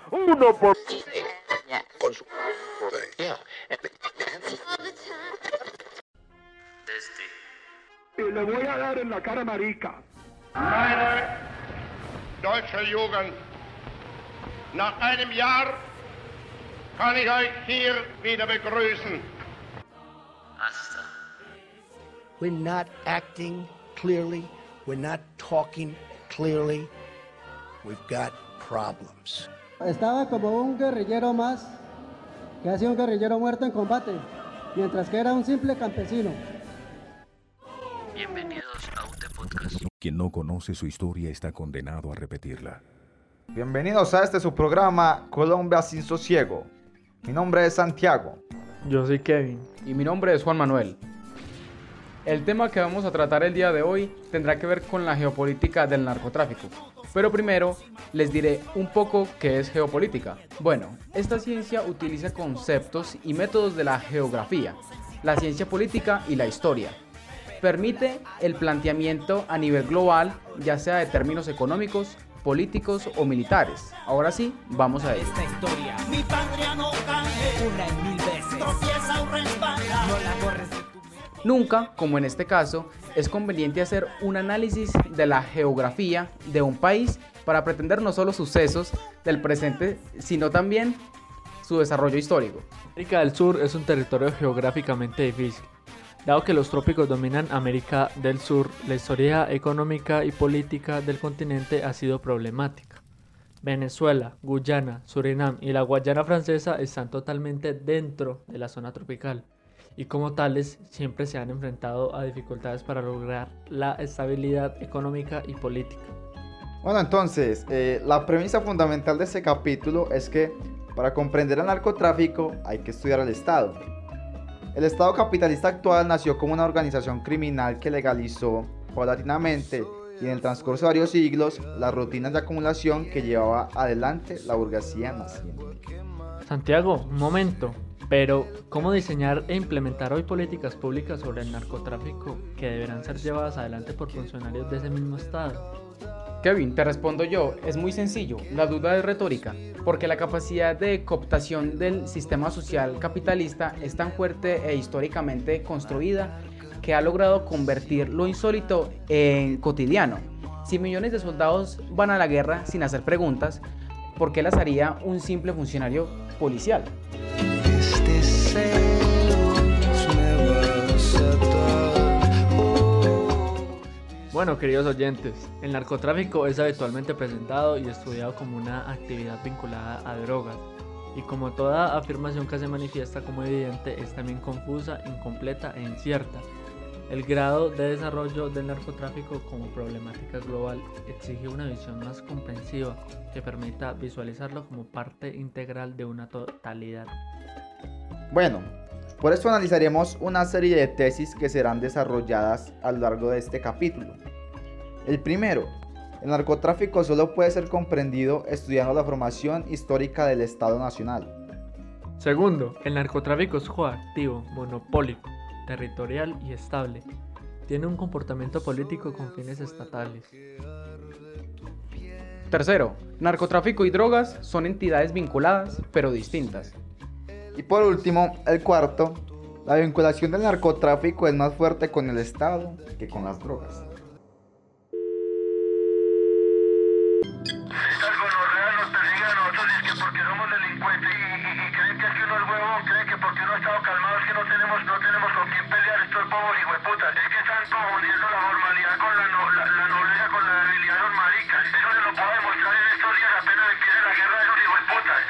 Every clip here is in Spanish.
Uno por... Y le voy a dar en la cara marica. Meine deutsche Jugend, nach einem Jahr kann ich euch hier wieder begrüßen. Hasta. We're not acting clearly. We're not talking clearly. We've got problems. Estaba como un guerrillero más, que ha sido un guerrillero muerto en combate, mientras que era un simple campesino. Bienvenidos a UT Podcast. Quien no conoce su historia está condenado a repetirla. Bienvenidos a su programa Colombia sin sosiego. Mi nombre es Santiago. Yo soy Kevin. Y mi nombre es Juan Manuel. El tema que vamos a tratar el día de hoy tendrá que ver con la geopolítica del narcotráfico. Pero primero les diré un poco qué es geopolítica. Bueno, esta ciencia utiliza conceptos y métodos de la geografía, la ciencia política y la historia. Permite el planteamiento a nivel global, ya sea de términos económicos, políticos o militares. Ahora sí, vamos a ello. Esta historia, mi patria no cae una en 1000 veces. Tropieza o resbala, no la corres de tu mente. Nunca, como en este caso, es conveniente hacer un análisis de la geografía de un país para pretender no solo sucesos del presente, sino también su desarrollo histórico. América del Sur es un territorio geográficamente difícil. Dado que los trópicos dominan América del Sur, la historia económica y política del continente ha sido problemática. Venezuela, Guyana, Surinam y la Guayana Francesa están totalmente dentro de la zona tropical y como tales siempre se han enfrentado a dificultades para lograr la estabilidad económica y política. Bueno, entonces, la premisa fundamental de este capítulo es que para comprender el narcotráfico hay que estudiar al Estado. El Estado capitalista actual nació como una organización criminal que legalizó paulatinamente y en el transcurso de varios siglos las rutinas de acumulación que llevaba adelante la burguesía naciente. Santiago, un momento, pero ¿cómo diseñar e implementar hoy políticas públicas sobre el narcotráfico que deberán ser llevadas adelante por funcionarios de ese mismo Estado? Kevin, te respondo yo, es muy sencillo, la duda es retórica, porque la capacidad de cooptación del sistema social capitalista es tan fuerte e históricamente construida que ha logrado convertir lo insólito en cotidiano. Si millones de soldados van a la guerra sin hacer preguntas, ¿por qué las haría un simple funcionario policial? Bueno, queridos oyentes, el narcotráfico es habitualmente presentado y estudiado como una actividad vinculada a drogas, y como toda afirmación que se manifiesta como evidente, es también confusa, incompleta e incierta. El grado de desarrollo del narcotráfico como problemática global exige una visión más comprensiva que permita visualizarlo como parte integral de una totalidad. Bueno, por esto analizaremos una serie de tesis que serán desarrolladas a lo largo de este capítulo. El primero, el narcotráfico solo puede ser comprendido estudiando la formación histórica del Estado Nacional. Segundo, el narcotráfico es coactivo, monopólico, territorial y estable. Tiene un comportamiento político con fines estatales. Tercero, narcotráfico y drogas son entidades vinculadas pero distintas. Y por último, el cuarto, la vinculación del narcotráfico es más fuerte con el Estado que con las drogas. Estas gonorreas nos persiguen a nosotros y es que porque somos delincuentes y creen que es que uno es huevón, creen que porque uno ha estado calmado es que no tenemos con quién pelear estos bobos hijueputas. Es que están confundiendo la formalidad con la nobleza con la debilidad de los maricas. Eso se lo puedo demostrar en estos días apenas empiece la guerra de esos hijueputas.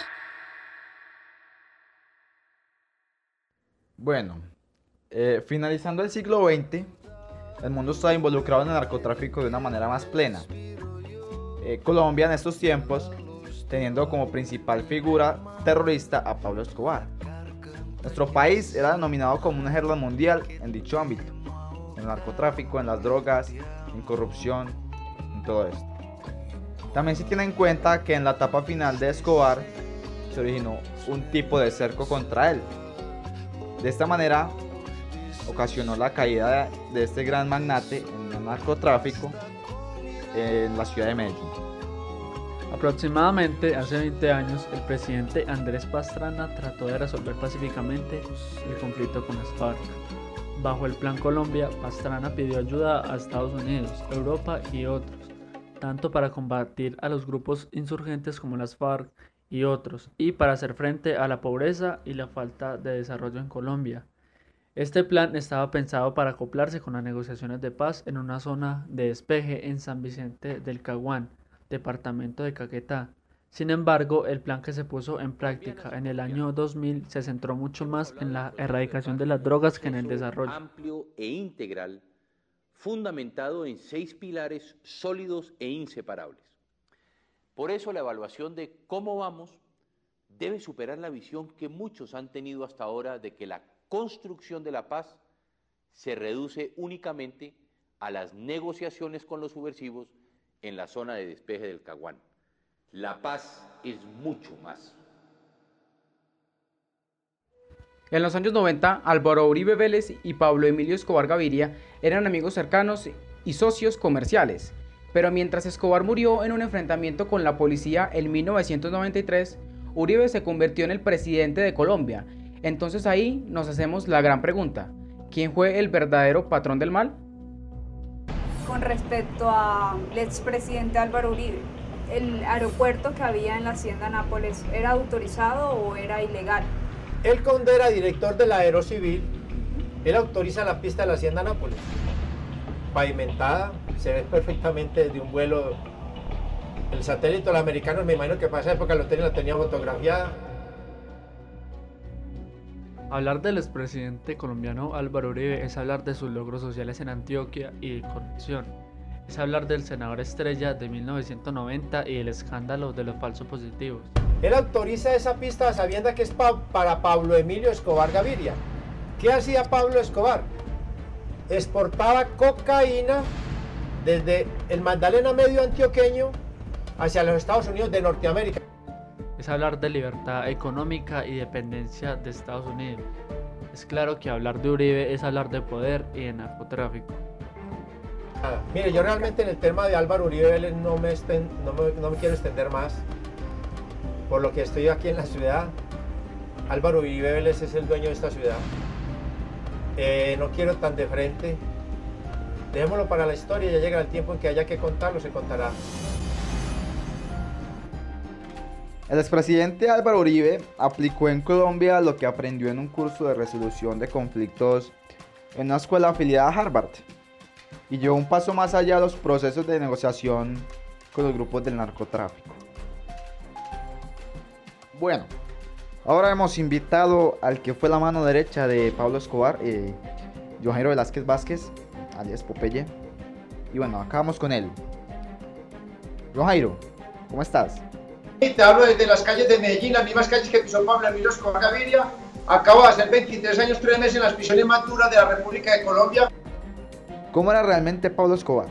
Bueno, finalizando el siglo XX, el mundo estaba involucrado en el narcotráfico de una manera más plena. Colombia en estos tiempos, teniendo como principal figura terrorista a Pablo Escobar. Nuestro país era denominado como una jerga mundial en dicho ámbito, en el narcotráfico, en las drogas, en corrupción, en todo esto. También se tiene en cuenta que en la etapa final de Escobar se originó un tipo de cerco contra él. De esta manera ocasionó la caída de este gran magnate en el narcotráfico en la ciudad de Medellín. Aproximadamente hace 20 años, el presidente Andrés Pastrana trató de resolver pacíficamente el conflicto con las FARC. Bajo el Plan Colombia, Pastrana pidió ayuda a Estados Unidos, Europa y otros, tanto para combatir a los grupos insurgentes como las FARC y otros, y para hacer frente a la pobreza y la falta de desarrollo en Colombia. Este plan estaba pensado para acoplarse con las negociaciones de paz en una zona de despeje en San Vicente del Caguán, departamento de Caquetá. Sin embargo, el plan que se puso en práctica en el año 2000 se centró mucho más en la erradicación de las drogas que en el desarrollo. Amplio e integral, fundamentado en 6 pilares sólidos e inseparables. Por eso la evaluación de cómo vamos debe superar la visión que muchos han tenido hasta ahora de que la construcción de la paz se reduce únicamente a las negociaciones con los subversivos en la zona de despeje del Caguán. La paz es mucho más. En los años 90, Álvaro Uribe Vélez y Pablo Emilio Escobar Gaviria eran amigos cercanos y socios comerciales. Pero mientras Escobar murió en un enfrentamiento con la policía en 1993, Uribe se convirtió en el presidente de Colombia. Entonces ahí nos hacemos la gran pregunta: ¿quién fue el verdadero patrón del mal? Con respecto al expresidente Álvaro Uribe, ¿el aeropuerto que había en la hacienda Nápoles era autorizado o era ilegal? Él, cuando era director de la Aerocivil, él autoriza la pista de la hacienda Nápoles, pavimentada, se ve perfectamente desde un vuelo. El satélite de los americanos, me imagino que para esa época la tenía fotografiada. Hablar del expresidente colombiano Álvaro Uribe es hablar de sus logros sociales en Antioquia y de corrupción. Es hablar del senador estrella de 1990 y del escándalo de los falsos positivos. Él autoriza esa pista sabiendo que es para Pablo Emilio Escobar Gaviria. ¿Qué hacía Pablo Escobar? Exportaba cocaína desde el Magdalena Medio antioqueño hacia los Estados Unidos de Norteamérica. Es hablar de libertad económica y dependencia de Estados Unidos. Es claro que hablar de Uribe es hablar de poder y de narcotráfico. Mire, yo realmente en el tema de Álvaro Uribe Vélez no me quiero extender más, por lo que estoy aquí en la ciudad. Álvaro Uribe Vélez es el dueño de esta ciudad. No quiero tan de frente. Dejémoslo para la historia, ya llega el tiempo en que haya que contarlo, se contará. El expresidente Álvaro Uribe aplicó en Colombia lo que aprendió en un curso de resolución de conflictos en una escuela afiliada a Harvard y llevó un paso más allá de los procesos de negociación con los grupos del narcotráfico. Bueno, ahora hemos invitado al que fue la mano derecha de Pablo Escobar, John Jairo Velázquez Vázquez, alias Popeye. Y bueno, acabamos con él. John Jairo, ¿cómo estás? Te hablo desde las calles de Medellín, las mismas calles que pisó Pablo Emilio Escobar Gaviria. Acabo de hacer 23 años, 3 meses en las prisiones más duras de la República de Colombia. ¿Cómo era realmente Pablo Escobar?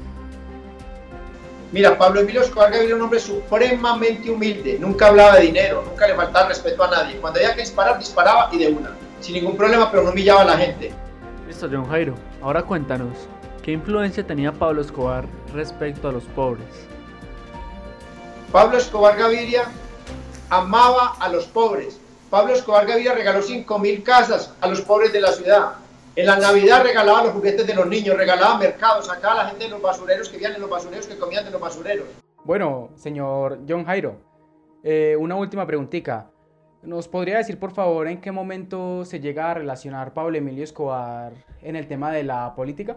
Mira, Pablo Emilio Escobar Gaviria era un hombre supremamente humilde, nunca hablaba de dinero, nunca le faltaba respeto a nadie. Cuando había que disparar, disparaba y de una, sin ningún problema, pero no humillaba a la gente. Listo, John Jairo, ahora cuéntanos, ¿qué influencia tenía Pablo Escobar respecto a los pobres? Pablo Escobar Gaviria amaba a los pobres. Pablo Escobar Gaviria regaló 5.000 casas a los pobres de la ciudad. En la Navidad regalaba los juguetes de los niños, regalaba mercados, sacaba a la gente de los basureros que vivían en los basureros, que comían de los basureros. Bueno, señor John Jairo, una última preguntita. ¿Nos podría decir, por favor, en qué momento se llega a relacionar Pablo Emilio Escobar en el tema de la política?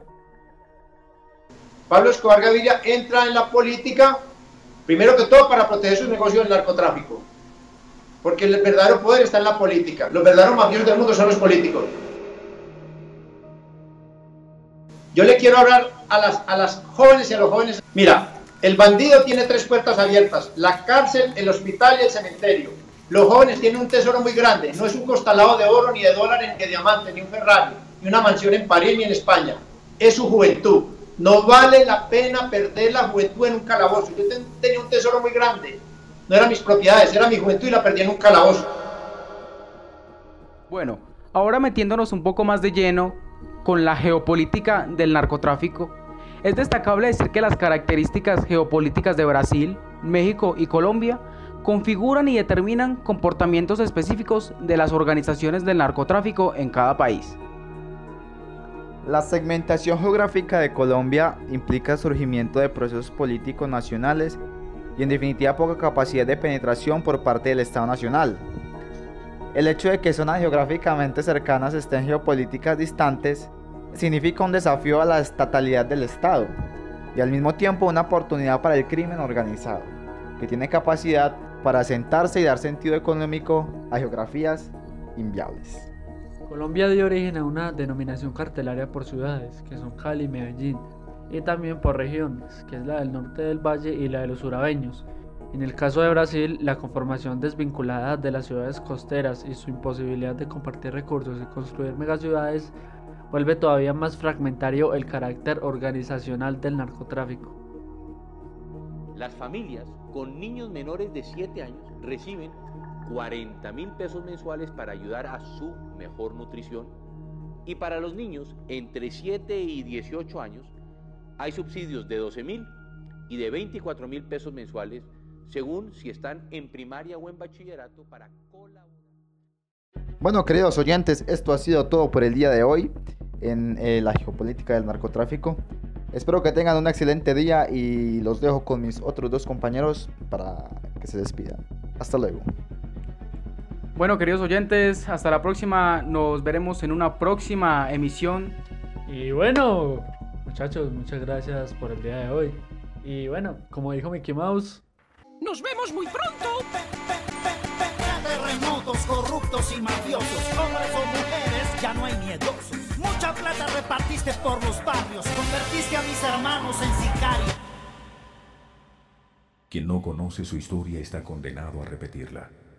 Pablo Escobar Gaviria entra en la política, primero que todo, para proteger sus negocios del narcotráfico. Porque el verdadero poder está en la política. Los verdaderos mafiosos del mundo son los políticos. Yo le quiero hablar a las jóvenes y a los jóvenes. Mira, el bandido tiene 3 puertas abiertas: la cárcel, el hospital y el cementerio. Los jóvenes tienen un tesoro muy grande. No es un costalado de oro, ni de dólares, ni de diamantes, ni un Ferrari, ni una mansión en París, ni en España. Es su juventud. No vale la pena perder la juventud en un calabozo. Yo tenía un tesoro muy grande. No eran mis propiedades, era mi juventud y la perdí en un calabozo. Bueno, ahora metiéndonos un poco más de lleno con la geopolítica del narcotráfico, es destacable decir que las características geopolíticas de Brasil, México y Colombia configuran y determinan comportamientos específicos de las organizaciones del narcotráfico en cada país. La segmentación geográfica de Colombia implica el surgimiento de procesos políticos nacionales y en definitiva poca capacidad de penetración por parte del Estado Nacional. El hecho de que zonas geográficamente cercanas estén geopolíticas distantes significa un desafío a la estatalidad del Estado y al mismo tiempo una oportunidad para el crimen organizado, que tiene capacidad para asentarse y dar sentido económico a geografías inviables. Colombia dio origen a una denominación cartelaria por ciudades, que son Cali y Medellín, y también por regiones, que es la del norte del valle y la de los surabeños. En el caso de Brasil, la conformación desvinculada de las ciudades costeras y su imposibilidad de compartir recursos y construir megaciudades vuelve todavía más fragmentario el carácter organizacional del narcotráfico. Las familias con niños menores de 7 años reciben 40.000 pesos mensuales para ayudar a su mejor nutrición, y para los niños entre 7 y 18 años hay subsidios de 12.000 y de 24.000 pesos mensuales según si están en primaria o en bachillerato para colaborar. Bueno, queridos oyentes, esto ha sido todo por el día de hoy en la geopolítica del narcotráfico. Espero que tengan un excelente día y los dejo con mis otros dos compañeros para que se despidan. Hasta luego. Bueno, queridos oyentes, hasta la próxima. Nos veremos en una próxima emisión. Y bueno, muchachos, muchas gracias por el día de hoy. Y bueno, como dijo Mickey Mouse, ¡nos vemos muy pronto! Terremotos, corruptos y mafiosos, hombres o mujeres, ya no hay miedosos. Mucha plata repartiste por los barrios, convertiste a mis hermanos en sicarios. Quien no conoce su historia está condenado a repetirla.